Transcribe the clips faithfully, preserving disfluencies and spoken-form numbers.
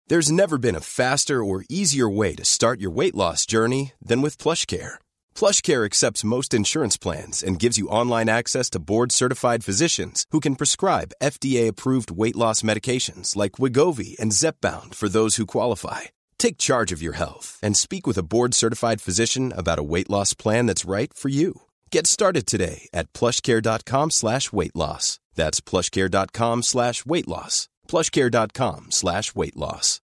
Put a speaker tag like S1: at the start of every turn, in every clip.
S1: There's never been a faster or easier way to start your weight loss journey than with PlushCare. PlushCare accepts most insurance plans and gives you online access to board-certified physicians who can prescribe F D A-approved weight loss medications like Wegovy and Zepbound for those who qualify. Take charge of your health and speak with a board-certified physician about a weight loss plan that's right for you. Get started today at plushcare.com slash weight loss. That's plushcare.com slash weight loss. plushcare.com slash weight loss.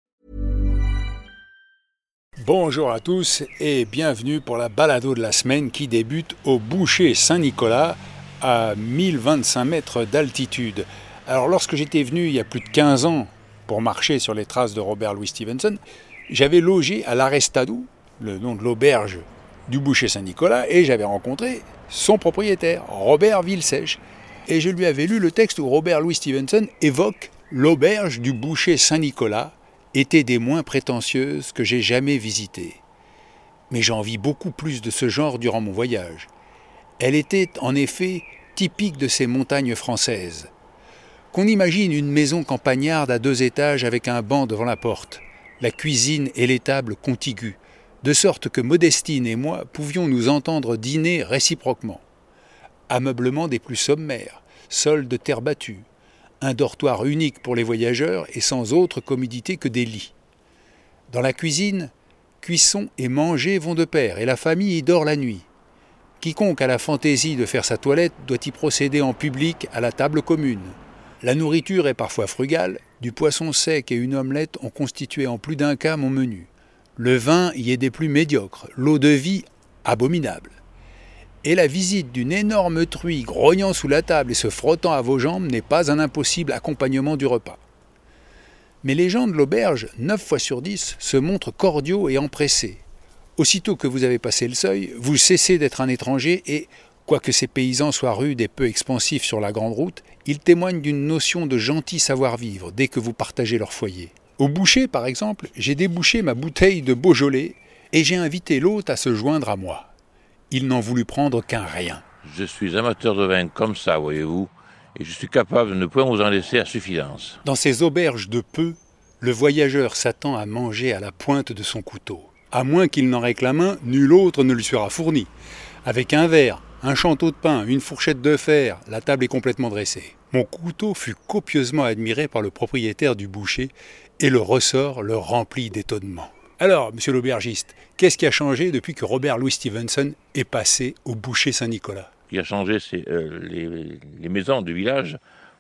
S2: Bonjour à tous et bienvenue pour la balado de la semaine qui débute au Boucher Saint-Nicolas à mille vingt-cinq mètres d'altitude. Alors lorsque j'étais venu il y a plus de quinze ans pour marcher sur les traces de Robert Louis Stevenson, j'avais logé à l'Arestado, le nom de l'auberge du Boucher Saint-Nicolas, et j'avais rencontré son propriétaire, Robert Villesèche. Et je lui avais lu le texte où Robert Louis Stevenson évoque l'auberge du Boucher Saint-Nicolas était des moins prétentieuses que j'ai jamais visitées. Mais j'en vis beaucoup plus de ce genre durant mon voyage. Elle était en effet typique de ces montagnes françaises. Qu'on imagine une maison campagnarde à deux étages avec un banc devant la porte, la cuisine et les tables contiguës, de sorte que Modestine et moi pouvions nous entendre dîner réciproquement. Ameublement des plus sommaires, sol de terre battue, un dortoir unique pour les voyageurs et sans autre commodité que des lits. Dans la cuisine, cuisson et manger vont de pair et la famille y dort la nuit. Quiconque a la fantaisie de faire sa toilette doit y procéder en public à la table commune. La nourriture est parfois frugale, du poisson sec et une omelette ont constitué en plus d'un cas mon menu. Le vin y est des plus médiocres, l'eau de vie abominable. Et la visite d'une énorme truie grognant sous la table et se frottant à vos jambes n'est pas un impossible accompagnement du repas. Mais les gens de l'auberge, neuf fois sur dix, se montrent cordiaux et empressés. Aussitôt que vous avez passé le seuil, vous cessez d'être un étranger et, quoique ces paysans soient rudes et peu expansifs sur la grande route, ils témoignent d'une notion de gentil savoir-vivre dès que vous partagez leur foyer. Au boucher, par exemple, j'ai débouché ma bouteille de Beaujolais et j'ai invité l'hôte à se joindre à moi. Il n'en voulut prendre qu'un rien.
S3: Je suis amateur de vin comme ça, voyez-vous, et je suis capable de ne point vous en laisser à suffisance.
S2: Dans ces auberges de peu, le voyageur s'attend à manger à la pointe de son couteau. À moins qu'il n'en réclame un, nul autre ne lui sera fourni. Avec un verre, un chanteau de pain, une fourchette de fer, la table est complètement dressée. Mon couteau fut copieusement admiré par le propriétaire du boucher et le ressort le remplit d'étonnement. Alors, monsieur l'aubergiste, qu'est-ce qui a changé depuis que Robert Louis Stevenson est passé au Boucher Saint-Nicolas ?
S3: Ce qui a changé, c'est euh, les, les maisons du village,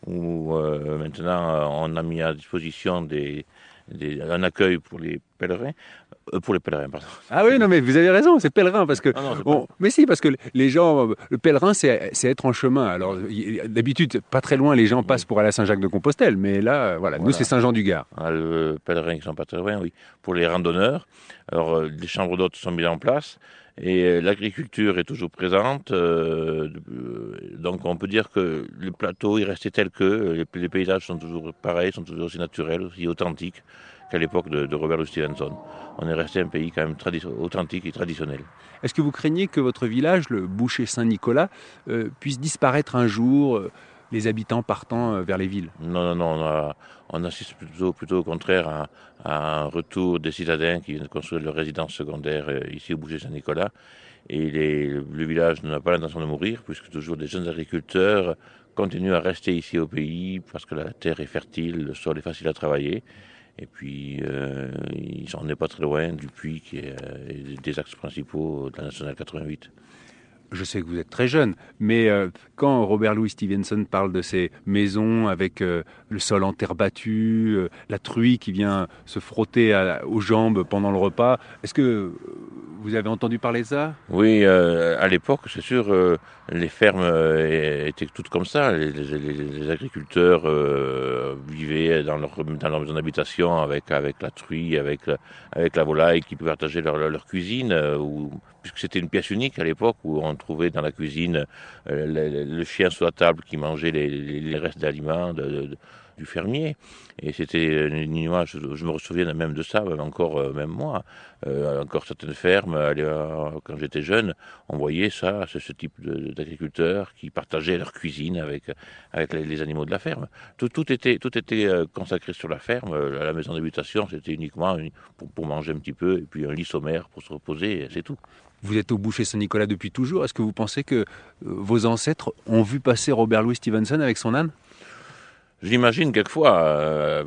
S3: où euh, maintenant on a mis à disposition des, des, un accueil pour les pèlerins. Euh, pour les pèlerins, pardon.
S4: Ah oui, non, mais vous avez raison, c'est pèlerin, parce que...
S3: Ah non,
S4: bon, mais si, parce que les gens... Le pèlerin, c'est, c'est être en chemin. Alors, d'habitude, pas très loin, les gens passent pour aller à Saint-Jacques-de-Compostelle, mais là, voilà, voilà. Nous, c'est Saint-Jean-du-Gard.
S3: Ah, le pèlerin qui sont pas très loin, oui. Pour les randonneurs, alors, euh, les chambres d'hôtes sont mises en place, et euh, l'agriculture est toujours présente, euh, euh, donc on peut dire que le plateau est resté tel que, les, les paysages sont toujours pareils, sont toujours aussi naturels, aussi authentiques qu'à l'époque de, de Robert Louis Stevenson. On est resté un pays quand même tradi- authentique et traditionnel.
S4: Est-ce que vous craignez que votre village, le Boucher Saint-Nicolas, euh, puisse disparaître un jour, euh, les habitants partant euh, vers les villes ?
S3: Non, non, non, on, a, on assiste plutôt, plutôt au contraire à, à un retour des citadins qui viennent construire leur résidence secondaire euh, ici au Boucher Saint-Nicolas. Et les, le village n'a pas l'intention de mourir, puisque toujours des jeunes agriculteurs continuent à rester ici au pays, parce que la terre est fertile, le sol est facile à travailler. Et puis, euh, on n'est pas très loin du puits qui est euh, des axes principaux de la nationale quatre-vingt-huit.
S4: Je sais que vous êtes très jeune, mais euh, quand Robert Louis Stevenson parle de ces maisons avec euh, le sol en terre battue, euh, la truie qui vient se frotter à, aux jambes pendant le repas, est-ce que vous avez entendu parler de ça ?
S3: Oui, euh, à l'époque, c'est sûr, euh, les fermes euh, étaient toutes comme ça. Les, les, les agriculteurs euh, vivaient dans leur, dans leur maison d'habitation avec, avec la truie, avec la, avec la volaille qui partageaient leur, leur, leur cuisine, euh, où, puisque c'était une pièce unique à l'époque où on trouvait dans la cuisine euh, le, le chien sur la table qui mangeait les, les restes d'aliments de, de, du fermier. Et c'était une image, je me souviens même de ça, encore même moi, euh, encore certaines fermes, quand j'étais jeune, on voyait ça, ce, ce type de, d'agriculteurs qui partageaient leur cuisine avec, avec les, les animaux de la ferme. Tout, tout était, tout était consacré sur la ferme. La maison d'habitation, c'était uniquement pour, pour manger un petit peu, et puis un lit sommaire pour se reposer, c'est tout.
S4: Vous êtes au boucher Saint-Nicolas depuis toujours. Est-ce que vous pensez que euh, vos ancêtres ont vu passer Robert Louis Stevenson avec son âne ?
S3: J'imagine quelquefois, euh,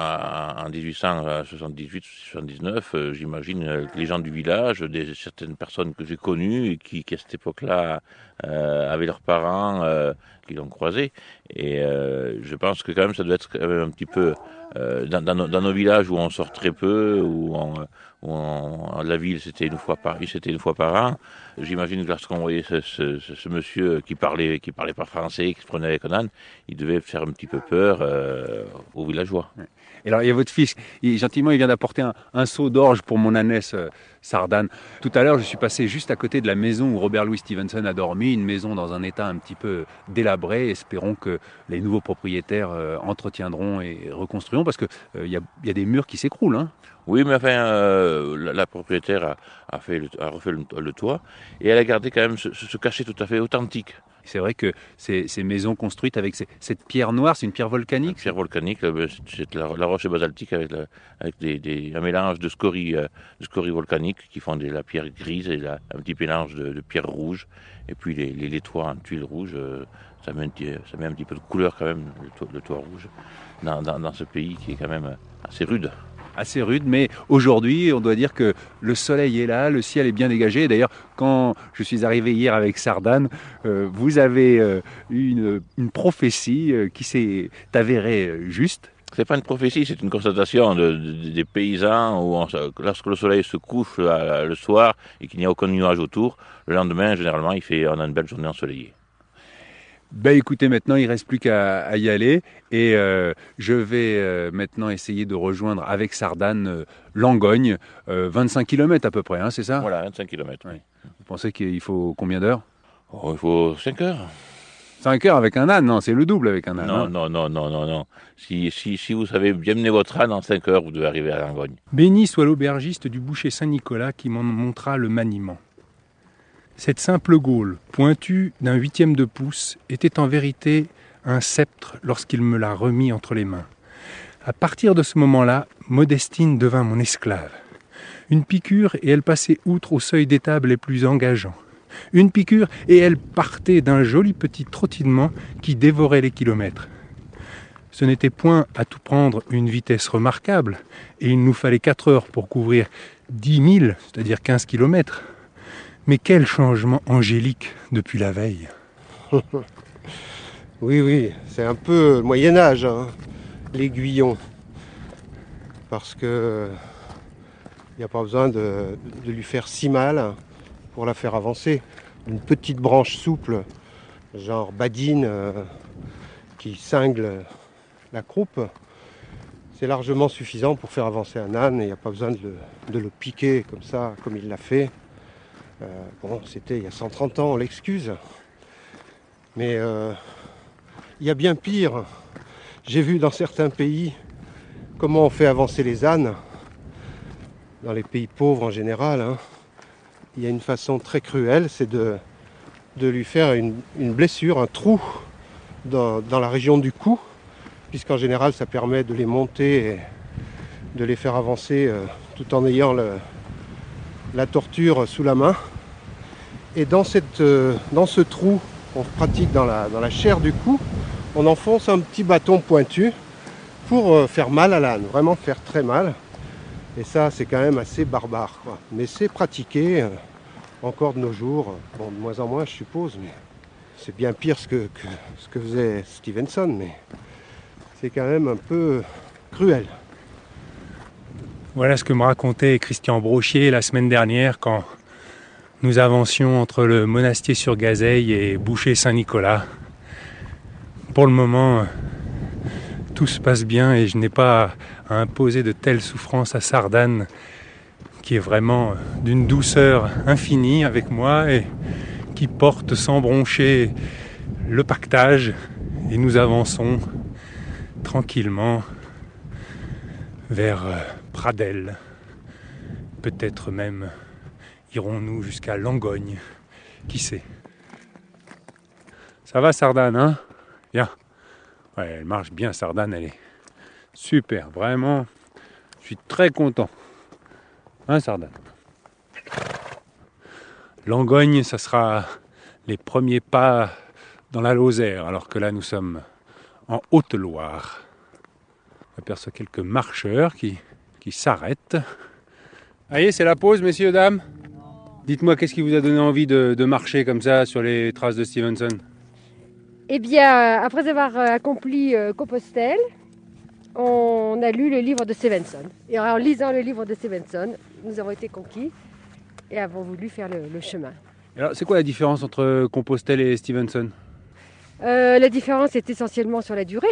S3: en dix-huit cent soixante-dix-huit soixante-dix-neuf, euh, j'imagine que les gens du village, des, certaines personnes que j'ai connues et qui, qui à cette époque-là euh, avaient leurs parents euh, qui l'ont croisé. Et euh, je pense que quand même ça doit être quand même un petit peu euh, dans, dans, nos, dans nos villages où on sort très peu, où, on, où on, la ville c'était une fois par c'était une fois par an. J'imagine que lorsqu'on voyait ce, ce, ce, ce monsieur qui parlait qui parlait pas français, qui se prenait avec un âne, il devait faire un petit peu peur euh, aux villageois.
S4: Et alors il y a votre fils, il, gentiment il vient d'apporter un, un seau d'orge pour mon ânesse euh, Sardane. Tout à l'heure je suis passé juste à côté de la maison où Robert Louis Stevenson a dormi, une maison dans un état un petit peu délabré. Espérons que les nouveaux propriétaires euh, entretiendront et reconstruiront parce qu'il euh, y, y a des murs qui s'écroulent. Hein.
S3: Oui, mais enfin, euh, la, la propriétaire a, a, fait le, a refait le, le toit et elle a gardé quand même ce, ce cachet tout à fait authentique.
S4: C'est vrai que ces, ces maisons construites avec ces, cette pierre noire, c'est une pierre volcanique.
S3: Une pierre volcanique, c'est la, la roche basaltique avec, la, avec des, des, un mélange de scories, euh, de scories volcaniques qui font de la pierre grise et la, un petit mélange de, de pierre rouge. Et puis les, les, les toits en tuiles rouges, euh, ça, met un petit, ça met un petit peu de couleur quand même, le toit, le toit rouge, dans, dans, dans ce pays qui est quand même assez rude.
S4: Assez rude, mais aujourd'hui, on doit dire que le soleil est là, le ciel est bien dégagé. D'ailleurs, quand je suis arrivé hier avec Sardane, euh, vous avez euh, eu une, une prophétie euh, qui s'est avérée juste.
S3: C'est pas une prophétie, c'est une constatation de, de, des paysans où on, lorsque le soleil se couche euh, le soir et qu'il n'y a aucun nuage autour, le lendemain, généralement, il fait, on a une belle journée ensoleillée.
S4: Ben écoutez, maintenant il ne reste plus qu'à à y aller et euh, je vais euh, maintenant essayer de rejoindre avec Sardane euh, Langogne, euh, vingt-cinq kilomètres à peu près, hein, c'est ça ?
S3: Voilà, vingt-cinq kilomètres.
S4: Oui. Vous pensez qu'il faut combien d'heures ?
S3: Oh, il faut cinq heures.
S4: cinq heures avec un âne ? Non, c'est le double avec un âne.
S3: Non, hein. non, non, non, non, non. Si, si, si vous savez bien mener votre âne en cinq heures, vous devez arriver à Langogne.
S2: Béni soit l'aubergiste du boucher Saint-Nicolas qui m'en montra le maniement. Cette simple gaule, pointue d'un huitième de pouce, était en vérité un sceptre lorsqu'il me l'a remis entre les mains. À partir de ce moment-là, Modestine devint mon esclave. Une piqûre et elle passait outre au seuil d'étable les plus engageants. Une piqûre et elle partait d'un joli petit trottinement qui dévorait les kilomètres. Ce n'était point à tout prendre une vitesse remarquable, et il nous fallait quatre heures pour couvrir dix mille, c'est-à-dire quinze kilomètres. Mais quel changement angélique depuis la veille.
S5: Oui, oui, c'est un peu le Moyen-Âge, hein, l'aiguillon. Parce que il n'y a pas besoin de, de lui faire si mal pour la faire avancer. Une petite branche souple, genre badine, euh, qui cingle la croupe, c'est largement suffisant pour faire avancer un âne et il n'y a pas besoin de le, de le piquer comme ça, comme il l'a fait. Euh, bon, c'était il y a cent trente ans, on l'excuse. Mais euh, il y a bien pire. J'ai vu dans certains pays comment on fait avancer les ânes. Dans les pays pauvres en général, hein. Il y a une façon très cruelle, c'est de, de lui faire une, une blessure, un trou dans, dans la région du cou, puisqu'en général ça permet de les monter et de les faire avancer euh, tout en ayant le, la torture sous la main. Et dans, cette, euh, dans ce trou qu'on pratique dans la, dans la chair du cou, on enfonce un petit bâton pointu pour euh, faire mal à l'âne, vraiment faire très mal. Et ça, c'est quand même assez barbare, quoi. Mais c'est pratiqué euh, encore de nos jours, bon, de moins en moins, je suppose, mais c'est bien pire ce que, que, ce que faisait Stevenson, mais c'est quand même un peu cruel.
S2: Voilà ce que me racontait Christian Brochier la semaine dernière quand nous avancions entre le Monastier-sur-Gazeille et Boucher-Saint-Nicolas. Pour le moment, tout se passe bien et je n'ai pas à imposer de telles souffrances à Sardane, qui est vraiment d'une douceur infinie avec moi et qui porte sans broncher le pactage. Et nous avançons
S4: tranquillement vers euh, Pradelles. Peut-être même irons-nous jusqu'à Langogne. Qui sait? Ça va, Sardane, hein? Bien. Ouais, elle marche bien, Sardane, elle est super, vraiment. Je suis très content. Hein, Sardane? Langogne, ça sera les premiers pas dans la Lozère, alors que là, nous sommes en Haute-Loire. On aperçoit quelques marcheurs qui, qui s'arrêtent. Allez, c'est la pause, messieurs, dames. Dites-moi, qu'est-ce qui vous a donné envie de, de marcher comme ça sur les traces de Stevenson?
S6: Eh bien, après avoir accompli euh, Compostelle, on a lu le livre de Stevenson. Et en lisant le livre de Stevenson, nous avons été conquis et avons voulu faire le, le chemin.
S4: Alors, c'est quoi la différence entre Compostelle et Stevenson?
S6: euh, La différence est essentiellement sur la durée.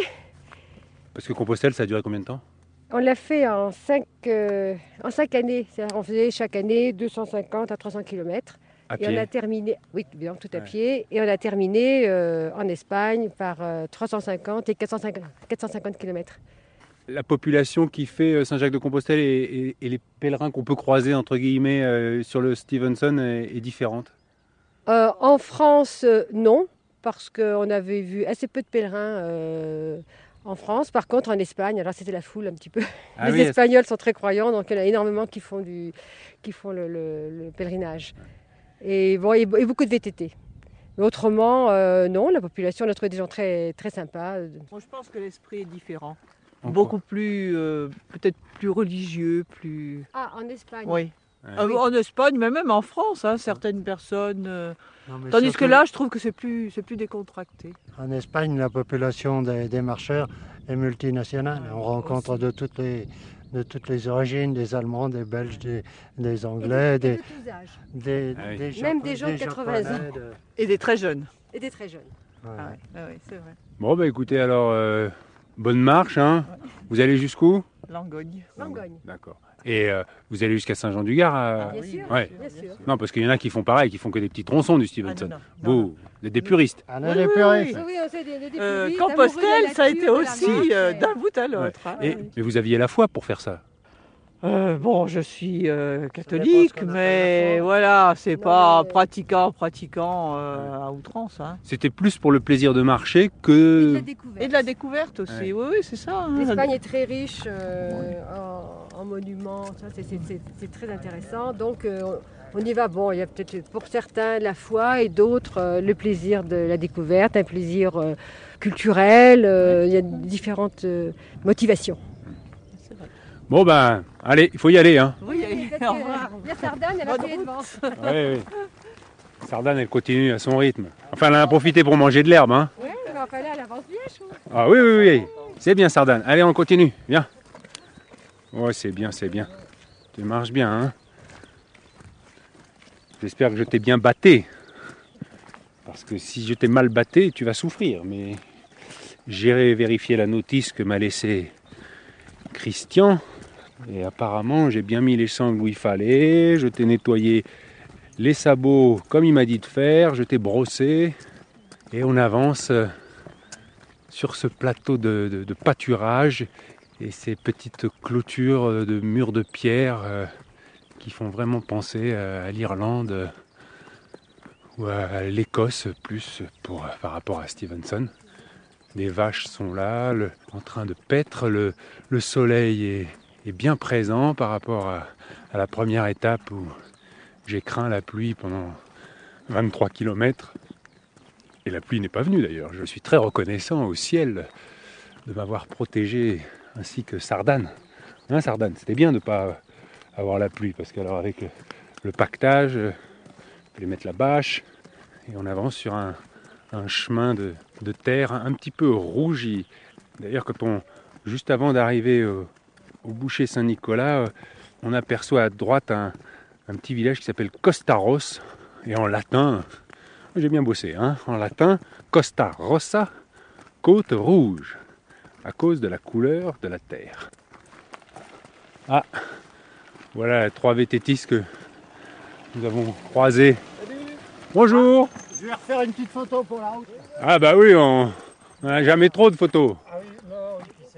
S4: Parce que Compostelle, ça a duré combien de temps?
S6: On l'a fait en cinq, euh, en cinq années. C'est-à-dire on faisait chaque année deux cent cinquante à trois cents kilomètres.
S4: À
S6: Et
S4: pied.
S6: on a terminé, oui, bien, tout à
S4: Ouais.
S6: pied. Et on a terminé euh, en Espagne par euh, trois cent cinquante et quatre cent cinquante kilomètres.
S4: La population qui fait Saint-Jacques-de-Compostelle et, et- et les pèlerins qu'on peut croiser, entre guillemets, euh, sur le Stevenson est, est différente.
S6: Euh, en France, euh, non, parce qu'on avait vu assez peu de pèlerins euh, en France. Par contre, en Espagne, alors c'était la foule un petit peu.
S4: Ah
S6: Les
S4: oui,
S6: Espagnols sont très croyants, donc il y en a énormément qui font, du, qui font le, le- le pèlerinage. Et, bon, et, et beaucoup de V T T. Mais autrement, euh, non, la population, on a trouvé des gens très, très sympas.
S7: Moi, je pense que l'esprit est différent.
S4: Encore.
S7: Beaucoup plus, euh, peut-être plus religieux, plus...
S6: Ah, en Espagne.
S7: Oui.
S4: Ouais.
S7: Euh,
S6: Oui.
S7: En Espagne, mais même en France, hein, certaines personnes... euh,
S8: Non, mais
S7: Tandis
S8: surtout,
S7: que là, je trouve que c'est plus, c'est plus décontracté.
S8: en Espagne, la population des, des marcheurs est multinationale. On rencontre de toutes les, de toutes les origines, des Allemands, des Belges, des, des
S6: Et
S8: Anglais,
S6: de, et
S8: des,
S6: de tous âges.
S8: des,
S4: Ah oui.
S8: des
S6: Même
S8: Japo-
S6: des gens de quatre-vingts ans.
S8: Japonais, de-
S7: Et des très jeunes.
S6: Et des très jeunes.
S8: ouais.
S7: Ah ouais, ah ouais, c'est vrai.
S4: Bon, bah écoutez, alors, euh, bonne marche. Hein. Vous allez jusqu'où?
S7: Langogne.
S6: Langogne.
S4: D'accord. Et euh, vous allez jusqu'à Saint-Jean-du-Gard à-
S6: Bien
S7: oui,
S6: sûr,
S4: Ouais.
S6: bien sûr.
S4: Non, parce qu'il y en a qui font pareil, qui font que des petits tronçons du
S7: Ah,
S4: Stevenson.
S7: non, non, non,
S4: vous, vous êtes des puristes.
S8: Ah,
S7: Oui,
S8: non, les
S7: oui,
S8: puristes.
S6: Oui, oui, on sait des, des, des
S7: Euh,
S6: puristes,
S7: Compostelle,
S6: amoureux de la
S7: ça a
S6: nature,
S7: été
S6: de la
S7: aussi
S6: marche,
S7: euh,
S6: mais-
S7: d'un bout à l'autre. hein.
S4: Et,
S7: Ah oui.
S4: mais vous aviez la foi pour faire ça.
S7: Euh, bon, je suis euh,
S8: dépend
S7: catholique,
S8: ce qu'on appelle
S7: mais
S8: la foi.
S7: voilà, c'est
S6: Non,
S7: pas
S6: mais-
S7: pratiquant, pratiquant euh, à outrance. Hein.
S4: C'était plus pour le plaisir de marcher
S6: Et de
S4: que...
S6: la découverte.
S7: Et de la découverte aussi,
S4: Ouais.
S7: oui, oui, c'est ça. hein.
S6: L'Espagne est très riche euh, en, en monuments, ça, c'est, c'est- c'est- c'est très intéressant. Donc euh, on y va. Bon, il y a peut-être pour certains la foi et d'autres euh, le plaisir de la découverte, un plaisir euh, culturel. euh, Il y a différentes euh, motivations.
S7: C'est vrai.
S4: Bon ben, allez, il faut y aller. Hein.
S7: Oui, au revoir.
S6: La Sardane, elle a
S7: Bonne
S6: pris les
S7: route.
S6: devants.
S4: Ouais, ouais. Sardane, elle continue à son rythme. Enfin, elle en a profité pour manger de l'herbe. Hein.
S6: Ouais, mais enfin là, elle avance bien, je trouve.
S4: Ah oui, oui, oui. C'est bien, Sardane. Allez, on continue. Viens. Ouais, c'est bien, c'est bien. Tu marches bien, hein. J'espère que je t'ai bien batté. Parce que si je t'ai mal batté, tu vas souffrir. Mais j'irai vérifier la notice que m'a laissée Christian. Et apparemment, j'ai bien mis les sangles où il fallait. Je t'ai nettoyé les sabots comme il m'a dit de faire. Je t'ai brossé. Et on avance euh, sur ce plateau de, de- de pâturage et ces petites clôtures euh, de murs de pierre euh, qui font vraiment penser euh, à l'Irlande euh, ou à l'Écosse plus pour, par rapport à Stevenson. Les vaches sont là, le- en train de paître, le, le soleil est, est bien présent par rapport à, à la première étape où j'ai craint la pluie pendant vingt-trois kilomètres. Et la pluie n'est pas venue d'ailleurs. Je suis très reconnaissant au ciel de m'avoir protégé, ainsi que Sardane. Hein, Sardane, c'était bien de ne pas avoir la pluie, parce qu'alors avec le, le pactage, il fallait mettre la bâche, et on avance sur un, un chemin de, de terre un petit peu rougi. D'ailleurs, quand on, juste avant d'arriver au, au boucher Saint-Nicolas, on aperçoit à droite un, un petit village qui s'appelle Costaros, et en latin... J'ai bien bossé, hein. En latin, Costa Rossa, côte rouge, à cause de la couleur de la terre. Ah, voilà trois vététistes que nous avons croisés. Bonjour.
S8: Je vais refaire une petite photo pour la route.
S4: Ah bah oui, on n'a jamais trop de photos.
S8: Ah oui, non,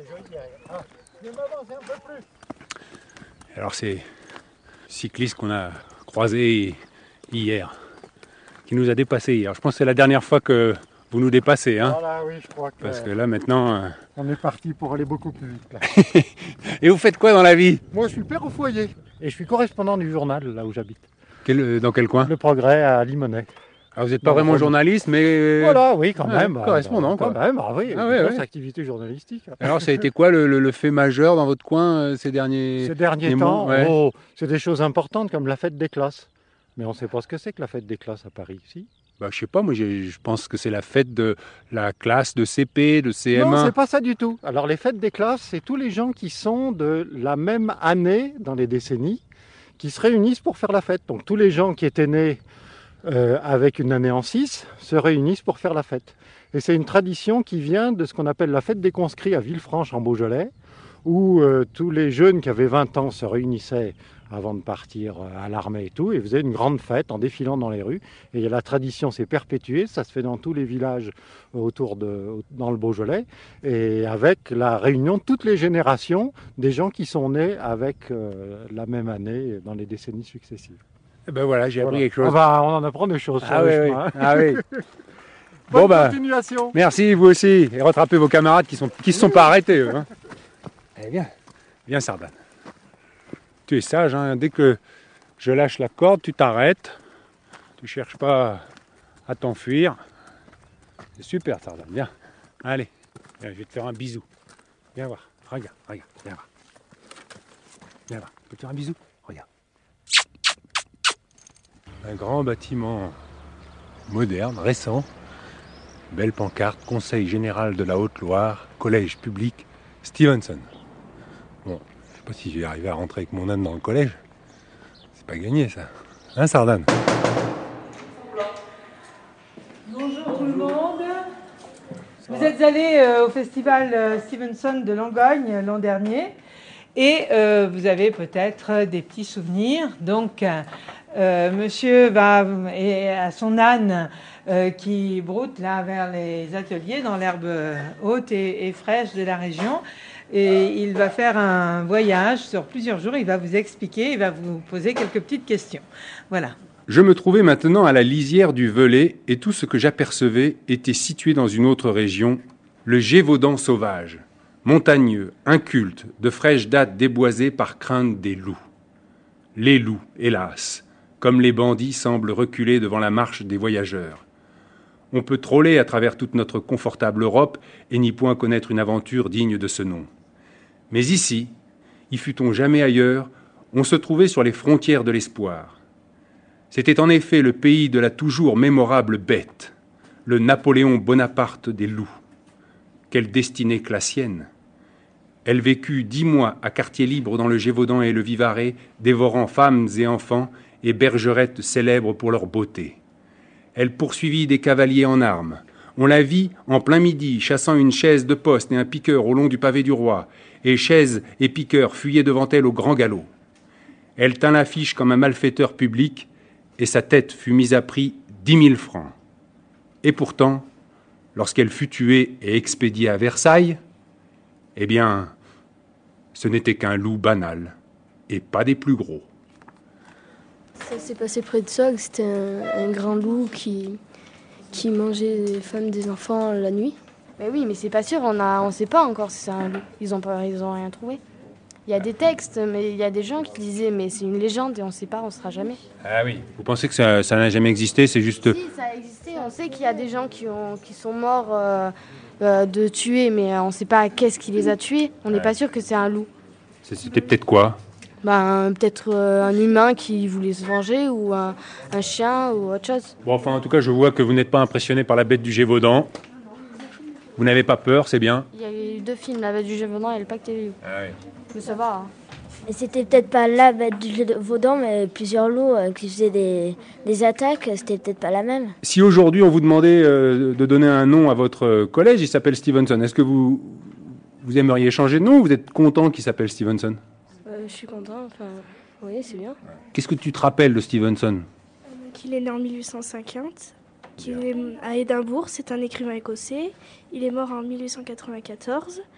S2: Alors c'est cycliste qu'on a croisé hier, qui nous a dépassé hier. Je pense que c'est la dernière fois que vous nous dépassez. Hein,
S8: voilà, oui, je crois que...
S2: Parce que là maintenant... Euh...
S8: On est parti pour aller beaucoup plus vite. Là.
S2: Et vous faites quoi dans la vie?
S8: Moi je suis père au foyer et je suis correspondant du journal là où j'habite.
S2: Quel, dans quel coin?
S8: Le Progrès à Limonest.
S2: Alors vous n'êtes pas vraiment journaliste, mais...
S8: Voilà, oui, quand
S2: ah,
S8: même. Bah,
S2: correspondant,
S8: bah,
S2: quoi.
S8: Quand même, ah, oui,
S2: ah,
S8: une
S2: ouais,
S8: grosse
S2: ouais.
S8: activité journalistique.
S2: Alors ça a été quoi le, le, le fait majeur dans votre coin euh, ces derniers,
S8: ces derniers temps ouais. oh, c'est des choses importantes comme la fête des classes. Mais on ne sait pas ce que c'est que la fête des classes à Paris, si?
S2: Bah, je sais pas, moi je pense que c'est la fête de la classe de C P, de C M un.
S8: Non, c'est pas ça du tout. Alors les fêtes des classes, c'est tous les gens qui sont de la même année dans les décennies qui se réunissent pour faire la fête. Donc tous les gens qui étaient nés euh, avec une année en six se réunissent pour faire la fête. Et c'est une tradition qui vient de ce qu'on appelle la fête des conscrits à Villefranche en Beaujolais, où euh, tous les jeunes qui avaient vingt ans se réunissaient avant de partir à l'armée et tout, et faisaient une grande fête en défilant dans les rues. Et la tradition s'est perpétuée, ça se fait dans tous les villages autour de, dans le Beaujolais, et avec la réunion de toutes les générations des gens qui sont nés avec euh, la même année dans les décennies successives.
S2: Et ben voilà, j'ai appris
S8: voilà.
S2: quelque chose.
S8: Ah bah, on en apprend des choses sur
S2: ah
S8: le
S2: oui,
S8: chemin.
S2: Oui. Ah oui.
S8: Bonne
S2: bon bah,
S8: continuation.
S2: Merci vous aussi, et rattrapez vos camarades qui ne sont, qui se sont pas arrêtés eux. Hein. Allez, viens, viens Sardane. Tu es sage, hein. Dès que je lâche la corde, tu t'arrêtes. Tu cherches pas à t'enfuir. C'est super, Sardane. Viens. Allez, viens, je vais te faire un bisou. Viens voir. Regarde, regarde. Viens voir. Viens voir. Je peux te faire un bisou? Regarde. Un grand bâtiment moderne, récent. Belle pancarte. Conseil général de la Haute-Loire. Collège public Stevenson. Bon. Je sais pas si je vais arriver à rentrer avec mon âne dans le collège. C'est pas gagné ça. Hein Sardane?
S9: Bonjour tout le monde. Vous êtes allés euh, au festival euh, Stevenson de Langogne euh, l'an dernier et euh, vous avez peut-être des petits souvenirs. Donc euh, monsieur va et à son âne euh, qui broute là vers les ateliers dans l'herbe haute et, et fraîche de la région. Et il va faire un voyage sur plusieurs jours, il va vous expliquer, il va vous poser quelques petites questions. Voilà.
S2: Je me trouvais maintenant à la lisière du Velay et tout ce que j'apercevais était situé dans une autre région, le Gévaudan sauvage, montagneux, inculte, de fraîche date déboisé par crainte des loups. Les loups, hélas, comme les bandits semblent reculer devant la marche des voyageurs. On peut troller à travers toute notre confortable Europe et n'y point connaître une aventure digne de ce nom. Mais ici, y fût-on jamais ailleurs, on se trouvait sur les frontières de l'espoir. C'était en effet le pays de la toujours mémorable bête, le Napoléon Bonaparte des loups. Quelle destinée que la sienne! Elle vécut dix mois à quartier libre dans le Gévaudan et le Vivarais, dévorant femmes et enfants et bergerettes célèbres pour leur beauté. Elle poursuivit des cavaliers en armes. On la vit en plein midi chassant une chaise de poste et un piqueur au long du pavé du roi, et chaise et piqueur fuyaient devant elle au grand galop. Elle tint l'affiche comme un malfaiteur public, et sa tête fut mise à prix dix mille francs. Et pourtant, lorsqu'elle fut tuée et expédiée à Versailles, eh bien, ce n'était qu'un loup banal, et pas des plus gros.
S10: Ça s'est passé près de Sogg, c'était un, un grand loup qui, qui mangeait des femmes, des enfants la nuit.
S11: Mais oui, mais c'est pas sûr, on a, on sait pas encore si c'est un loup. Ils ont pas, ils ont rien trouvé. Il y a des textes, mais il y a des gens qui disaient, mais c'est une légende et on sait pas, on saura jamais.
S2: Ah oui. Vous pensez que ça, ça n'a jamais existé, c'est juste...
S11: Si, ça a existé. On sait qu'il y a des gens qui, ont, qui sont morts euh, euh, de tuer, mais on sait pas qu'est-ce qui les a tués. On n'est ouais. pas sûr que c'est un loup.
S2: C'était peut-être quoi?
S11: Ben, peut-être euh, un humain qui voulait se venger ou un, un chien ou autre chose.
S2: Bon, enfin, en tout cas, je vois que vous n'êtes pas impressionné par la bête du Gévaudan. Vous n'avez pas peur, c'est bien.
S11: Il y a eu deux films, la bête du Gévaudan et le pacte des loups.
S2: Ah oui.
S11: Mais ça va. Hein.
S10: Et c'était peut-être pas la bête du Gévaudan, mais plusieurs loups euh, qui faisaient des, des attaques, c'était peut-être pas la même.
S2: Si aujourd'hui on vous demandait euh, de donner un nom à votre collège, il s'appelle Stevenson, est-ce que vous, vous aimeriez changer de nom ou vous êtes content qu'il s'appelle Stevenson?
S10: euh, Je suis content, enfin, oui, c'est bien.
S2: Qu'est-ce que tu te rappelles de Stevenson?
S12: Qu'il est né en mille huit cent cinquante, qu'il est à Édimbourg, c'est un écrivain écossais. Il est mort en mille huit cent quatre-vingt-quatorze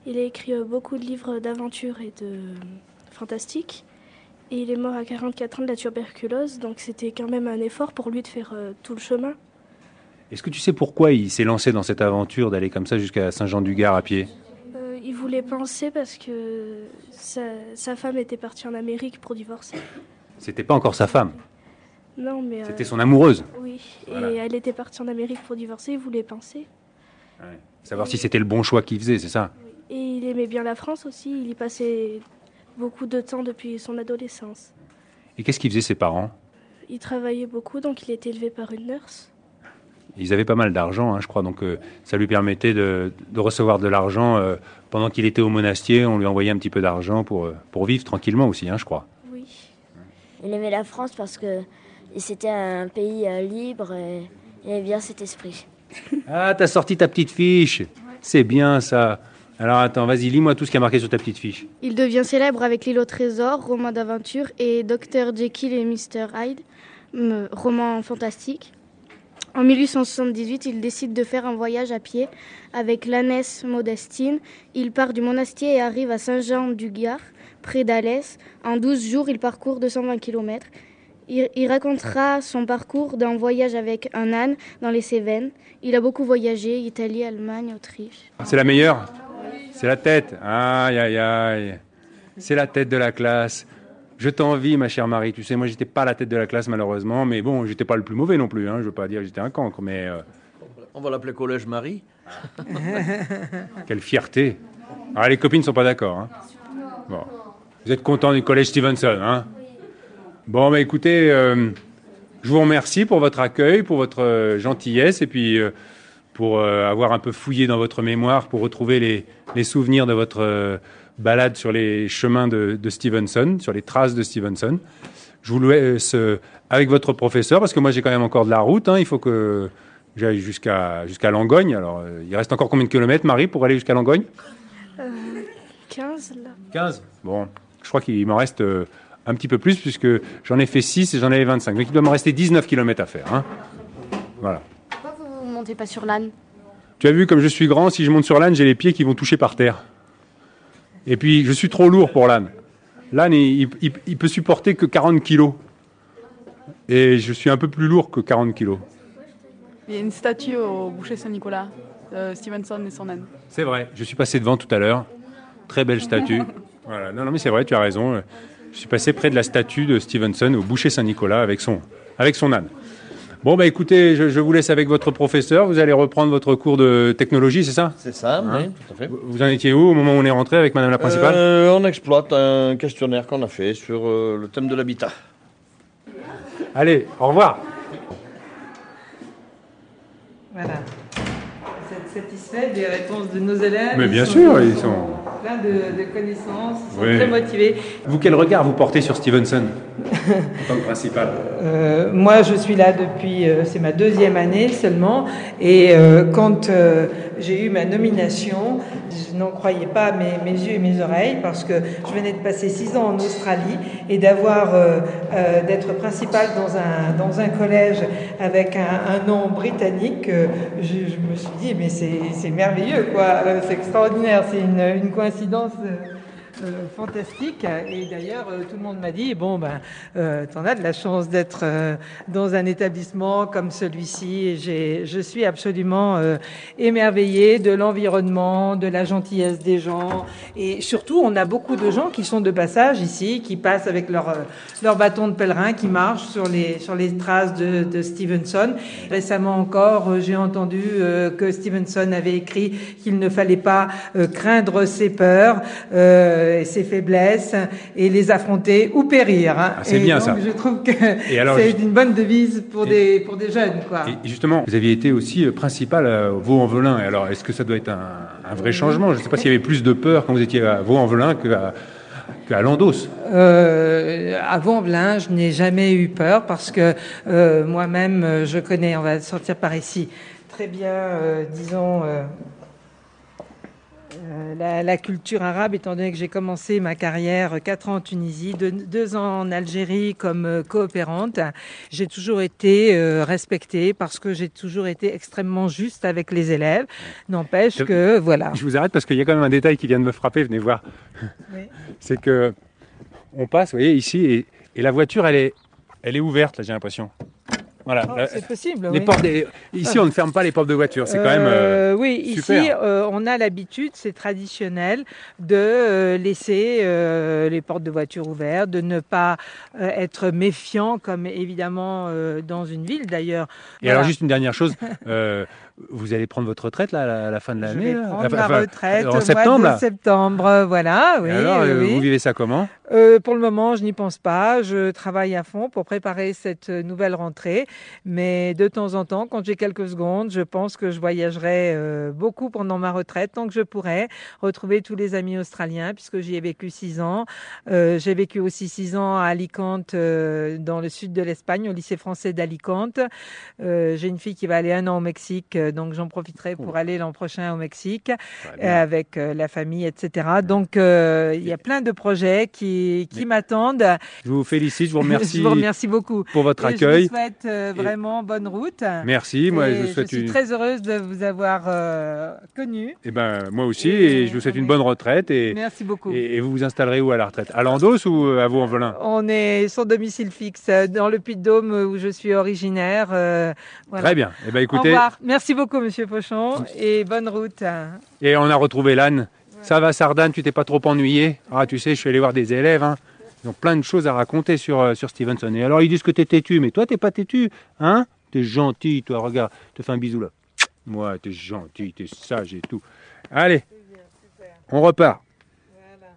S12: Il a écrit euh, beaucoup de livres d'aventure et de fantastique. Et il est mort à quarante-quatre ans de la tuberculose, donc c'était quand même un effort pour lui de faire euh, tout le chemin.
S4: Est-ce que tu sais pourquoi il s'est lancé dans cette aventure d'aller comme ça jusqu'à Saint-Jean-du-Gard à pied?
S12: Euh, il voulait penser parce que sa, sa femme était partie en Amérique pour divorcer.
S4: C'était pas encore sa femme.
S12: Non, mais...
S4: C'était son amoureuse.
S12: Oui,
S4: Voilà.
S12: et elle était partie en Amérique pour divorcer, il voulait penser.
S4: Ouais. Savoir si c'était le bon choix qu'il faisait, c'est ça?
S12: Et il aimait bien la France aussi, il y passait beaucoup de temps depuis son adolescence.
S4: Et qu'est-ce qu'ils faisaient ses parents?
S12: Il travaillait beaucoup, donc il était élevé par une nurse.
S4: Ils avaient pas mal d'argent, hein, je crois, donc euh, ça lui permettait de, de recevoir de l'argent. Euh, pendant qu'il était au monastier, on lui envoyait un petit peu d'argent pour, euh, pour vivre tranquillement aussi, hein, je crois.
S12: Oui.
S13: Il aimait la France parce que c'était un pays euh, libre et il aimait bien cet esprit.
S4: Ah, t'as sorti ta petite fiche. C'est bien ça. Alors attends, vas-y, lis-moi tout ce qui a marqué sur ta petite fiche.
S10: Il devient célèbre avec L'île au trésor, roman d'aventure, et docteur Jekyll et mister Hyde, euh, roman fantastique. En mille huit cent soixante-dix-huit, il décide de faire un voyage à pied avec l'ânesse Modestine. Il part du monastier et arrive à Saint-Jean-du-Gard, près d'Alès. En douze jours, il parcourt deux cent vingt kilomètres. Il, il racontera son parcours d'un voyage avec un âne dans les Cévennes. Il a beaucoup voyagé, Italie, Allemagne, Autriche.
S4: C'est la meilleure? C'est la tête. Aïe, aïe, aïe. C'est la tête de la classe. Je t'envie, ma chère Marie. Tu sais, moi, j'étais pas la tête de la classe, malheureusement. Mais bon, j'étais pas le plus mauvais non plus. Hein. Je veux pas dire que j'étais un cancre, mais... Euh...
S14: On va l'appeler Collège Marie.
S4: Quelle fierté. Ah, les copines ne sont pas d'accord. Hein. Bon. Vous êtes contents du collège Stevenson, hein? Bon, bah écoutez, euh, je vous remercie pour votre accueil, pour votre euh, gentillesse, et puis euh, pour euh, avoir un peu fouillé dans votre mémoire, pour retrouver les, les souvenirs de votre euh, balade sur les chemins de, de Stevenson, sur les traces de Stevenson. Je vous laisse euh, avec votre professeur, parce que moi j'ai quand même encore de la route, hein, il faut que j'aille jusqu'à jusqu'à Langogne. Alors, euh, il reste encore combien de kilomètres, Marie, pour aller jusqu'à Langogne?
S12: Euh, quinze, là.
S4: quinze. Bon, je crois qu'il m'en reste... Euh, un petit peu plus, puisque j'en ai fait six et j'en avais vingt-cinq. Donc il doit me rester dix-neuf kilomètres à faire. Hein. Voilà.
S11: Pourquoi vous ne montez pas sur l'âne?
S4: Tu as vu, comme je suis grand, si je monte sur l'âne, j'ai les pieds qui vont toucher par terre. Et puis, je suis trop lourd pour l'âne. L'âne, il, il, il peut supporter que quarante kilos. Et je suis un peu plus lourd que quarante kilos.
S15: Il y a une statue au boucher Saint-Nicolas, de Stevenson et son âne.
S4: C'est vrai, je suis passé devant tout à l'heure. Très belle statue. Voilà. Non, non, mais c'est vrai, tu as raison. Je suis passé près de la statue de Stevenson au boucher Saint-Nicolas avec son, avec son âne. Bon, bah écoutez, je, je vous laisse avec votre professeur. Vous allez reprendre votre cours de technologie, c'est ça?
S14: C'est ça, hein? Oui, tout à fait.
S4: Vous en étiez où au moment où on est rentré avec madame la principale?
S14: euh, On exploite un questionnaire qu'on a fait sur euh, le thème de l'habitat.
S4: Allez, au revoir.
S9: Voilà. Vous êtes satisfait des réponses de nos élèves?
S4: Mais bien
S9: ils
S4: sûr,
S9: sont,
S4: ils sont...
S9: plein de, de connaissances, ils sont
S4: Oui.
S9: très motivés.
S4: Vous, quel regard vous portez sur Stevenson en tant que principal?
S9: Euh, moi, je suis là depuis, euh, c'est ma deuxième année seulement, et euh, quand euh, j'ai eu ma nomination, je n'en croyais pas mes, mes yeux et mes oreilles, parce que je venais de passer six ans en Australie, et d'avoir, euh, euh, d'être principal dans un, dans un collège avec un, un nom britannique, euh, je, je me suis dit, mais c'est, c'est merveilleux, quoi, euh, c'est extraordinaire, c'est une, une coïncidence... Euh, Euh, fantastique, et d'ailleurs euh, tout le monde m'a dit bon ben euh, t'en as de la chance d'être euh, dans un établissement comme celui-ci, et j'ai, je suis absolument euh, émerveillée de l'environnement, de la gentillesse des gens, et surtout on a beaucoup de gens qui sont de passage ici, qui passent avec leur, euh, leur bâton de pèlerin, qui marchent sur les, sur les traces de, de Stevenson. Récemment encore euh, j'ai entendu euh, que Stevenson avait écrit qu'il ne fallait pas euh, craindre ses peurs, euh, et ses faiblesses, et les affronter ou périr. Hein.
S4: Ah, c'est
S9: et
S4: bien
S9: donc,
S4: ça.
S9: Je trouve que
S4: et alors,
S9: c'est
S4: je...
S9: une bonne devise pour,
S4: et...
S9: des, pour des jeunes. Quoi.
S4: Et justement, vous aviez été aussi principal à Vaux-en-Velin. Alors, est-ce que ça doit être un, un vrai changement? Je ne sais pas s'il y avait plus de peur quand vous étiez à Vaux-en-Velin qu'à, qu'à Landos.
S9: Euh, à Vaux-en-Velin, je n'ai jamais eu peur parce que euh, moi-même, je connais, on va sortir par ici, très bien, euh, disons... Euh, euh, la, la culture arabe, étant donné que j'ai commencé ma carrière quatre ans en Tunisie, deux, deux ans en Algérie comme euh, coopérante. J'ai toujours été euh, respectée parce que j'ai toujours été extrêmement juste avec les élèves. N'empêche que, voilà.
S4: Je vous arrête parce qu'il y a quand même un détail qui vient de me frapper, venez voir. Oui. C'est que on passe, vous voyez, ici, et, et la voiture, elle est, elle est ouverte, là, j'ai l'impression. Voilà.
S9: Oh, c'est possible.
S4: Les
S9: oui.
S4: portes des... Ici, on ne ferme pas les portes de voiture. C'est quand même euh,
S9: oui,
S4: super.
S9: Ici, euh, on a l'habitude, c'est traditionnel, de euh, laisser euh, les portes de voiture ouvertes, de ne pas euh, être méfiant, comme évidemment euh, dans une ville d'ailleurs.
S4: Et
S9: Voilà.
S4: alors, juste une dernière chose. Euh, vous allez prendre votre retraite là, à la fin de l'année.
S9: Je vais prendre
S4: enfin,
S9: ma retraite
S4: en
S9: au
S4: septembre.
S9: mois de
S4: Là.
S9: septembre, voilà. Oui,
S4: Et alors,
S9: oui,
S4: euh,
S9: oui.
S4: vous vivez ça comment?
S9: Euh, pour le moment, je n'y pense pas. Je travaille à fond pour préparer cette nouvelle rentrée. Mais de temps en temps, quand j'ai quelques secondes, je pense que je voyagerai euh, beaucoup pendant ma retraite, tant que je pourrai retrouver tous les amis australiens, puisque j'y ai vécu six ans. Euh, j'ai vécu aussi six ans à Alicante, euh, dans le sud de l'Espagne, au lycée français d'Alicante. Euh, j'ai une fille qui va aller un an au Mexique, donc j'en profiterai pour aller l'an prochain au Mexique euh, avec euh, la famille, et cetera. Donc, euh, il y a plein de projets qui, qui m'attendent.
S4: Je vous félicite, je vous remercie.
S9: Je vous remercie beaucoup
S4: pour votre
S9: et
S4: accueil.
S9: Je vous souhaite euh, vraiment et... bonne route.
S4: Merci. Moi,
S9: et
S4: je vous souhaite
S9: Je suis
S4: une...
S9: très heureuse de vous avoir euh, connu.
S4: Et ben, moi aussi, et, et je vous souhaite une bonne retraite. Et,
S9: merci beaucoup.
S4: Et, et vous vous installerez où à la retraite? À Landos ou à Vaux-en-Velin?
S9: On est sans domicile fixe dans le Puy-de-Dôme où je suis originaire. Euh, voilà.
S4: Très bien. Et ben, écoutez...
S9: Au revoir. Merci beaucoup, Monsieur Pochon, et bonne route.
S4: Et on a retrouvé l'âne. Ouais. Ça va, Sardane, tu t'es pas trop ennuyé? Ah, tu sais, je suis allé voir des élèves. Hein. Ils ont plein de choses à raconter sur, euh, sur Stevenson. Et alors, ils disent que t'es têtu, mais toi, t'es pas têtu. Hein? T'es gentil, toi, regarde. Je te fais un bisou, là. Moi, t'es gentil, t'es sage et tout. Allez, on repart. Voilà.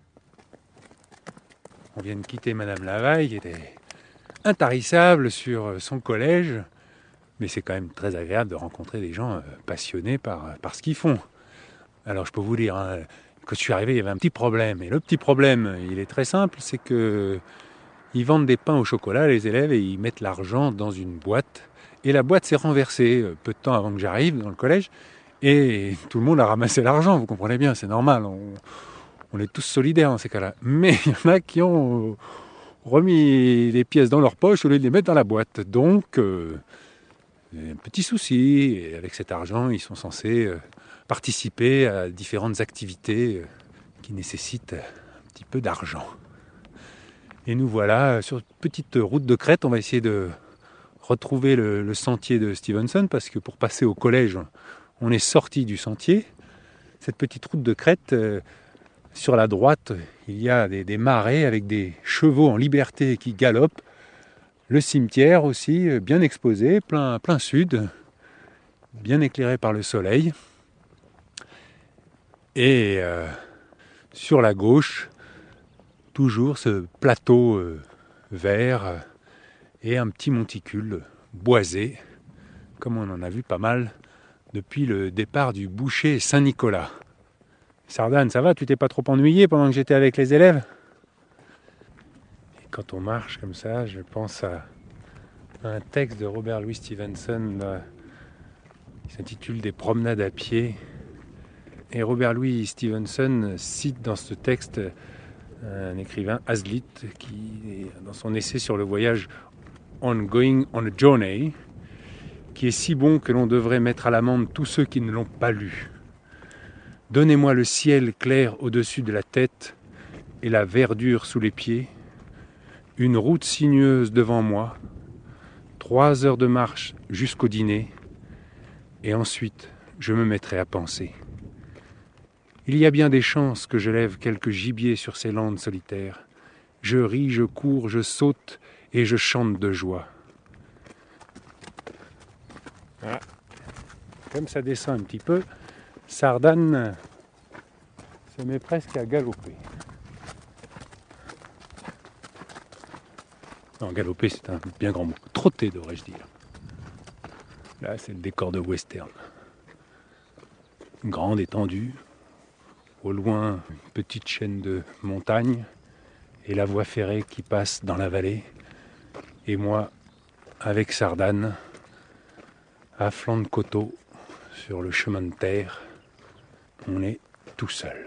S4: On vient de quitter Madame Lavaille, qui était intarissable sur son collège. Mais c'est quand même très agréable de rencontrer des gens passionnés par, par ce qu'ils font. Alors je peux vous dire, hein, quand je suis arrivé, il y avait un petit problème. Et le petit problème, il est très simple, c'est que ils vendent des pains au chocolat, les élèves, et ils mettent l'argent dans une boîte. Et la boîte s'est renversée peu de temps avant que j'arrive dans le collège. Et tout le monde a ramassé l'argent, vous comprenez bien, c'est normal. On, on est tous solidaires dans ces cas-là. Mais il y en a qui ont remis les pièces dans leur poche au lieu de les mettre dans la boîte. Donc... Euh, un petit souci, et avec cet argent, ils sont censés euh, participer à différentes activités euh, qui nécessitent un petit peu d'argent. Et nous voilà sur une petite route de crête, on va essayer de retrouver le, le sentier de Stevenson, parce que pour passer au collège, on est sorti du sentier. Cette petite route de crête, euh, sur la droite, il y a des, des marais avec des chevaux en liberté qui galopent. Le cimetière aussi, bien exposé, plein, plein sud, bien éclairé par le soleil. Et euh, sur la gauche, toujours ce plateau euh, vert et un petit monticule boisé, comme on en a vu pas mal depuis le départ du boucher Saint-Nicolas. Sardane, ça va? Tu t'es pas trop ennuyé pendant que j'étais avec les élèves? Quand on marche comme ça, je pense à un texte de Robert Louis Stevenson là, qui s'intitule « Des promenades à pied ». Et Robert Louis Stevenson cite dans ce texte un écrivain, Hazlitt, qui, dans son essai sur le voyage « On Going on a Journey », qui est si bon que l'on devrait mettre à l'amende tous ceux qui ne l'ont pas lu. « Donnez-moi le ciel clair au-dessus de la tête et la verdure sous les pieds. Une route sinueuse devant moi, trois heures de marche jusqu'au dîner, et ensuite je me mettrai à penser. Il y a bien des chances que je lève quelques gibiers sur ces landes solitaires. Je ris, je cours, je saute et je chante de joie. » Voilà. Comme ça descend un petit peu, Sardane se met presque à galoper. Non, galoper, c'est un bien grand mot. Trotter, devrais-je dire. Là, c'est le décor de western. Une grande étendue. Au loin, une petite chaîne de montagnes. Et la voie ferrée qui passe dans la vallée. Et moi, avec Sardane, à flanc de coteau, sur le chemin de terre, on est
S2: tout seul.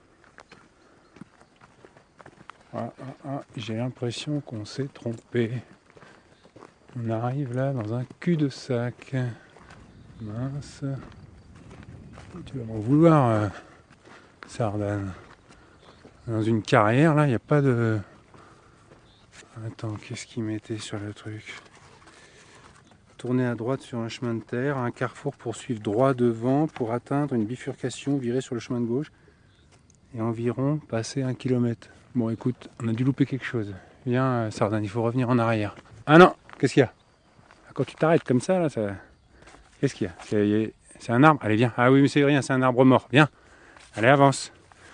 S2: Ah, ah, ah, j'ai l'impression qu'on s'est trompé. On arrive là dans un cul-de-sac. Mince. Tu vas m'en vouloir, euh, Sardane. Dans une carrière, là, il n'y a pas de... Attends, qu'est-ce qu'il mettait sur le truc? Tourner à droite sur un chemin de terre, un carrefour poursuivre droit devant pour atteindre une bifurcation, virer sur le chemin de gauche et environ passer un kilomètre. Bon, écoute, on a dû louper quelque chose. Viens, Sardane, il faut revenir en arrière. Ah non, qu'est-ce qu'il y a? Quand tu t'arrêtes comme ça, là, ça... Qu'est-ce qu'il y a? C'est, c'est un arbre? Allez, viens. Ah oui, mais c'est rien, c'est un arbre mort. Viens. Allez, avance.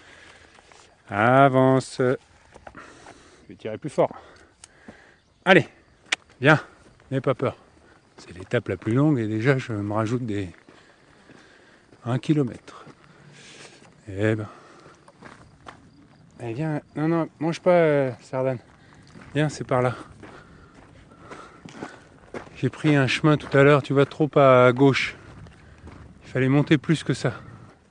S2: Avance. Je vais tirer plus fort. Allez, viens. N'aie pas peur. C'est l'étape la plus longue et déjà, je me rajoute des... un kilomètre. Eh ben... Allez, viens. Non, non, mange pas, euh, Sardane. Viens, c'est par là. J'ai pris un chemin tout à l'heure, tu vas trop à gauche. Il fallait monter plus que ça.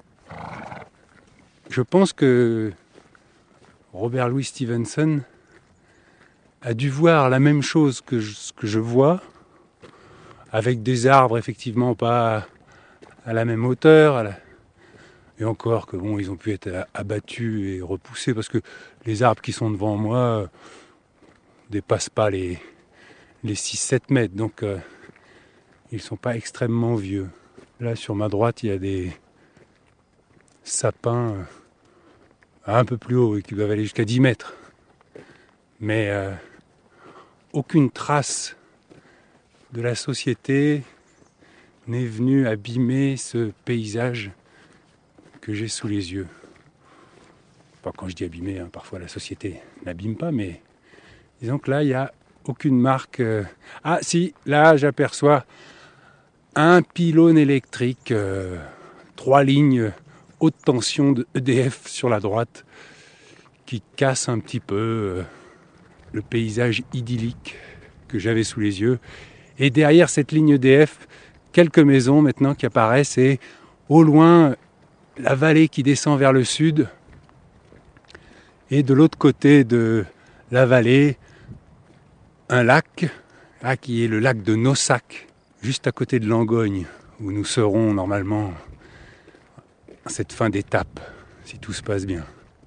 S2: Je pense que Robert Louis Stevenson a dû voir la même chose que je, que je vois, avec des arbres effectivement pas à la même hauteur, à la... et encore que bon, ils ont pu être abattus et repoussés parce que les arbres qui sont devant moi dépassent pas les les six sept mètres, donc euh, ils ne sont pas extrêmement vieux. Là, sur ma droite, il y a des sapins euh, un peu plus hauts, qui doivent aller jusqu'à dix mètres. Mais euh, aucune trace de la société n'est venue abîmer ce paysage que j'ai sous les yeux. Enfin, quand je dis abîmer, hein, parfois la société n'abîme pas, mais disons que là, il y a aucune marque. Euh... Ah si, là j'aperçois un pylône électrique, euh, trois lignes haute tension de E D F sur la droite qui casse un petit peu euh, le paysage idyllique que j'avais sous les yeux. Et derrière cette ligne E D F, quelques maisons maintenant qui apparaissent et au loin la vallée qui descend vers le sud et de l'autre côté de la vallée un lac, là, qui est le lac de Nossac, juste à côté de Langogne, où nous serons normalement à cette fin d'étape, si tout se passe bien.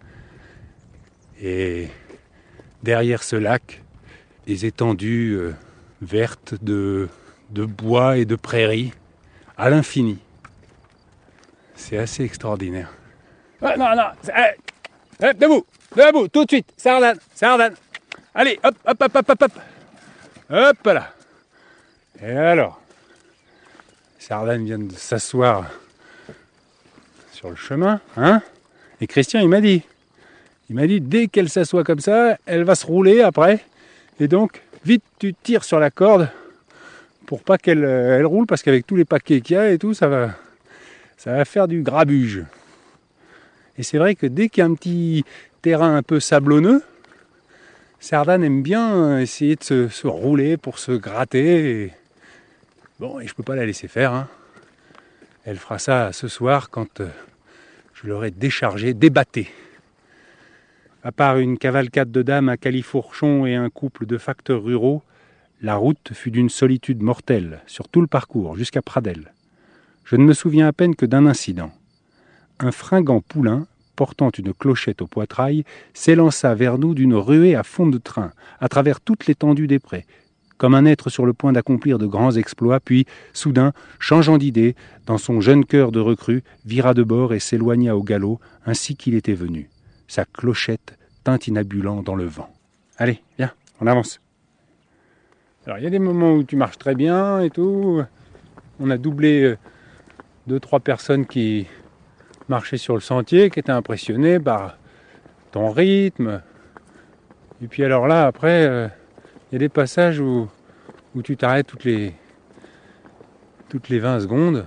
S2: Et derrière ce lac, des étendues euh, vertes de, de bois et de prairies à l'infini. C'est assez extraordinaire. Ah, non, non, eh, eh, debout, debout, tout de suite, Sardane, Sardane. Allez, hop, hop, hop, hop, hop, hop. Hop là. Et alors, Sardane vient de s'asseoir sur le chemin, hein? Et Christian, il m'a dit, il m'a dit, dès qu'elle s'assoit comme ça, elle va se rouler après. Et donc, vite, tu tires sur la corde pour pas qu'elle elle roule, parce qu'avec tous les paquets qu'il y a et tout, ça va, ça va faire du grabuge. Et c'est vrai que dès qu'il y a un petit terrain un peu sablonneux, Sardane aime bien essayer de se, se rouler pour se gratter. Et... Bon, et je peux pas la laisser faire. Hein. Elle fera ça ce soir quand euh, je l'aurai déchargée, débattée. À part une cavalcade de dames à califourchon et un couple de facteurs ruraux, la route fut d'une solitude mortelle sur tout le parcours, jusqu'à Pradelles. Je ne me souviens à peine que d'un incident. Un fringant poulain, portant une clochette au poitrail, s'élança vers nous d'une ruée à fond de train, à travers toute l'étendue des prés, comme un être sur le point d'accomplir de grands exploits, puis, soudain, changeant d'idée, dans son jeune cœur de recrue, vira de bord et s'éloigna au galop, ainsi qu'il était venu, sa clochette tintinabulant dans le vent. Allez, viens, on avance. Alors, il y a des moments où tu marches très bien et tout. On a doublé deux, trois personnes qui marchaient sur le sentier, qui étaient impressionnées par ton rythme. Et puis alors là, après, euh, il y a des passages où, où tu t'arrêtes toutes les, toutes les vingt secondes.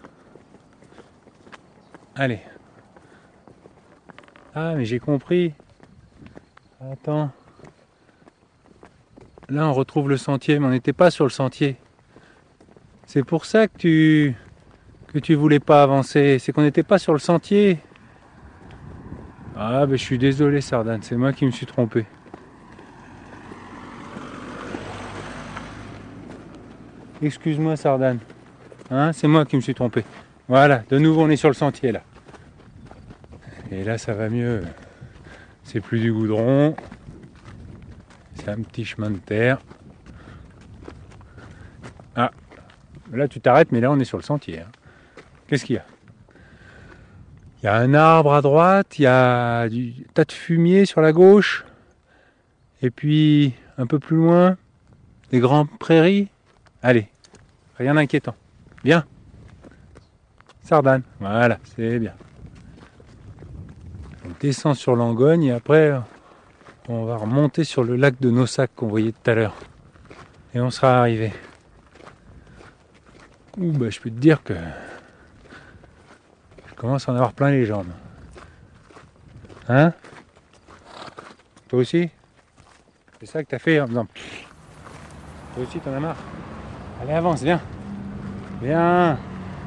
S2: Allez. Ah, mais j'ai compris. Attends. Là, on retrouve le sentier, mais on n'était pas sur le sentier. C'est pour ça que tu que tu voulais pas avancer. C'est qu'on n'était pas sur le sentier.
S4: Ah, ben je suis désolé, Sardane, c'est moi qui me suis trompé. Excuse-moi, Sardane. Hein, c'est moi qui me suis trompé. Voilà, de nouveau, on est sur le sentier, là. Et là, ça va mieux. C'est plus du goudron. C'est un petit chemin de terre. Ah, là, tu t'arrêtes, mais là, on est sur le sentier. Hein. Qu'est-ce qu'il y a ? Il y a un arbre à droite, il y a du tas de fumier sur la gauche. Et puis, un peu plus loin, des grandes prairies. Allez, rien d'inquiétant. Bien. Sardane, voilà, c'est bien. On descend sur Langogne et après, on va remonter sur le lac de Nossac qu'on voyait tout à l'heure. Et on sera arrivé. Ouh, bah, je peux te dire que je commence à en avoir plein les jambes. Hein ? Toi aussi ? C'est ça que t'as fait en faisant... Toi aussi, t'en as marre ? Allez, avance, viens. Viens.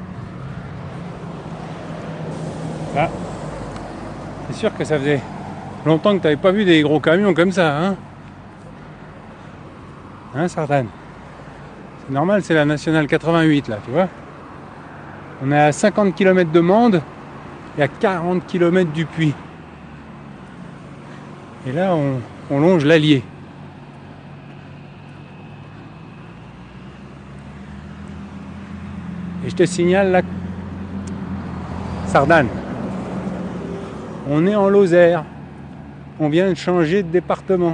S4: Là. C'est sûr que ça faisait longtemps que t'avais pas vu des gros camions comme ça, hein ? Hein, Sardane ? C'est normal, c'est la nationale quatre-vingt-huit, là, tu vois ? On est à cinquante kilomètres de Mende et à quarante kilomètres du Puy. Et là, on, on longe l'Allier. Et je te signale là, Sardane, on est en Lozère, on vient de changer de département.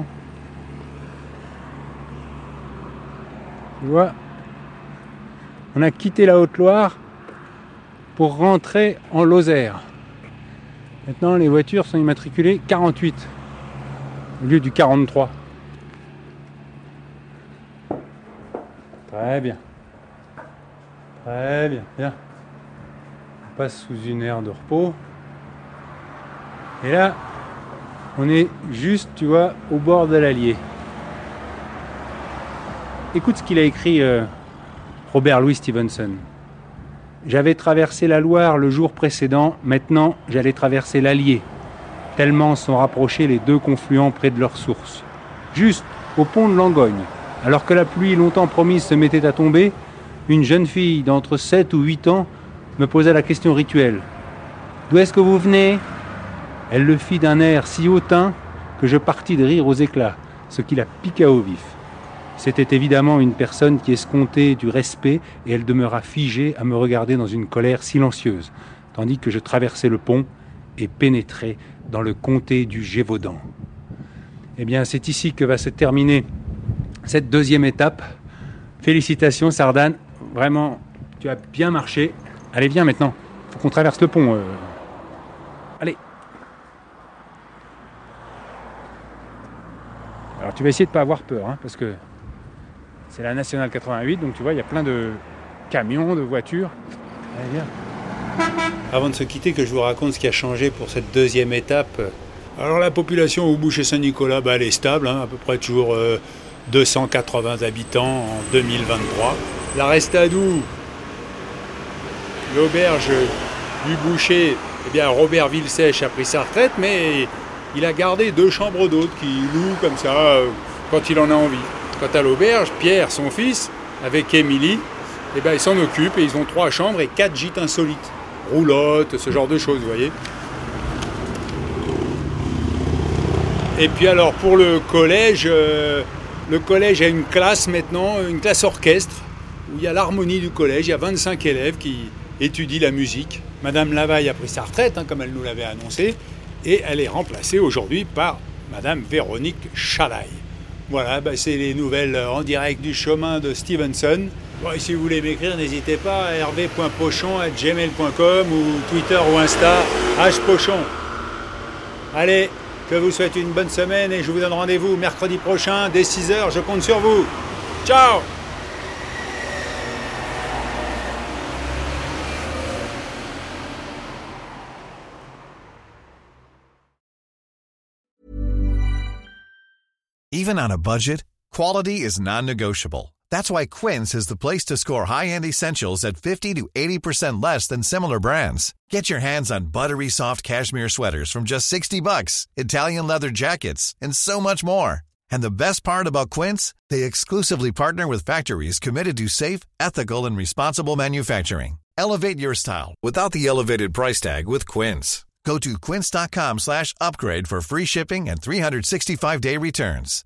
S4: Tu vois, on a quitté la Haute-Loire pour rentrer en Lozère. Maintenant, les voitures sont immatriculées quarante-huit au lieu du quarante-trois. Très bien. Très bien, bien. On passe sous une aire de repos. Et là, on est juste, tu vois, au bord de l'Allier. Écoute ce qu'il a écrit euh, Robert Louis Stevenson. J'avais traversé la Loire le jour précédent, maintenant j'allais traverser l'Allier. Tellement sont rapprochés les deux confluents près de leur source. Juste au pont de Langogne, alors que la pluie longtemps promise se mettait à tomber, une jeune fille d'entre sept ou huit ans me posa la question rituelle. « D'où est-ce que vous venez ?» Elle le fit d'un air si hautain que je partis de rire aux éclats, ce qui la piqua au vif. C'était évidemment une personne qui escomptait du respect et elle demeura figée à me regarder dans une colère silencieuse, tandis que je traversais le pont et pénétrais dans le comté du Gévaudan. Eh bien, c'est ici que va se terminer cette deuxième étape. Félicitations, Sardane. Vraiment, tu as bien marché. Allez, viens maintenant. Il faut qu'on traverse le pont. Euh... Allez. Alors, tu vas essayer de ne pas avoir peur, hein, parce que c'est la nationale quatre-vingt-huit, donc tu vois, il y a plein de camions, de voitures. Allez, viens.
S2: Avant de se quitter, que je vous raconte ce qui a changé pour cette deuxième étape. Alors, la population au Bouchet-Saint-Nicolas, bah, elle est stable, hein, à peu près toujours euh, deux cent quatre-vingts habitants en deux mille vingt-trois. La Restadou, l'auberge du boucher, eh bien Robert Villesèche a pris sa retraite, mais il a gardé deux chambres d'hôtes qu'il loue comme ça euh, quand il en a envie. Quant à l'auberge, Pierre, son fils, avec Émilie, eh bien, ils s'en occupent et ils ont trois chambres et quatre gîtes insolites. Roulottes, ce genre de choses, vous voyez. Et puis alors pour le collège, euh, le collège a une classe maintenant, une classe orchestre, où il y a l'harmonie du collège, il y a vingt-cinq élèves qui étudient la musique. Madame Lavaille a pris sa retraite, hein, comme elle nous l'avait annoncé, et elle est remplacée aujourd'hui par Madame Véronique Chalaille. Voilà, bah c'est les nouvelles en direct du chemin de Stevenson. Bon, et si vous voulez m'écrire, n'hésitez pas à hervé point pochon arobase gmail point com ou Twitter ou Insta, hpochon. Allez, que vous souhaite une bonne semaine et je vous donne rendez-vous mercredi prochain dès six heures, je compte sur vous. Ciao!
S16: Even on a budget, quality is non-negotiable. That's why Quince is the place to score high-end essentials at fifty to eighty percent less than similar brands. Get your hands on buttery soft cashmere sweaters from just sixty bucks, Italian leather jackets, and so much more. And the best part about Quince, they exclusively partner with factories committed to safe, ethical, and responsible manufacturing. Elevate your style without the elevated price tag with Quince. Go to quince.com slash upgrade for free shipping and three sixty-five day returns.